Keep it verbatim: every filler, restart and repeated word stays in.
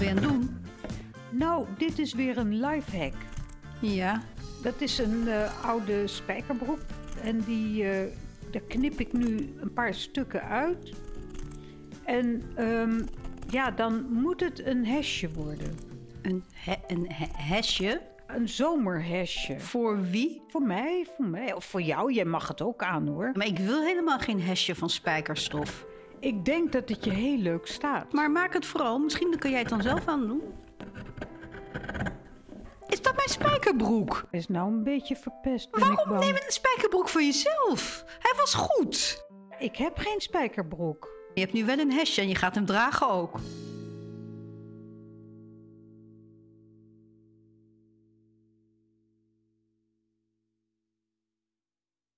ben je aan het doen? Nou, dit is weer een lifehack. Ja. Dat is een uh, oude spijkerbroek. En die, uh, daar knip ik nu een paar stukken uit. En um, ja, dan moet het een hesje worden. Een, he- een he- hesje? Een zomerhesje. Voor wie? Voor mij, voor mij. Of voor jou, jij mag het ook aan hoor. Maar ik wil helemaal geen hesje van spijkerstof. Ik denk dat het je heel leuk staat. Maar maak het vooral. Misschien kan jij het dan zelf aan doen. Is dat mijn spijkerbroek? Is nou een beetje verpest, ben ik Waarom bang. neem je een spijkerbroek voor jezelf? Hij was goed. Ik heb geen spijkerbroek. Je hebt nu wel een hesje en je gaat hem dragen ook.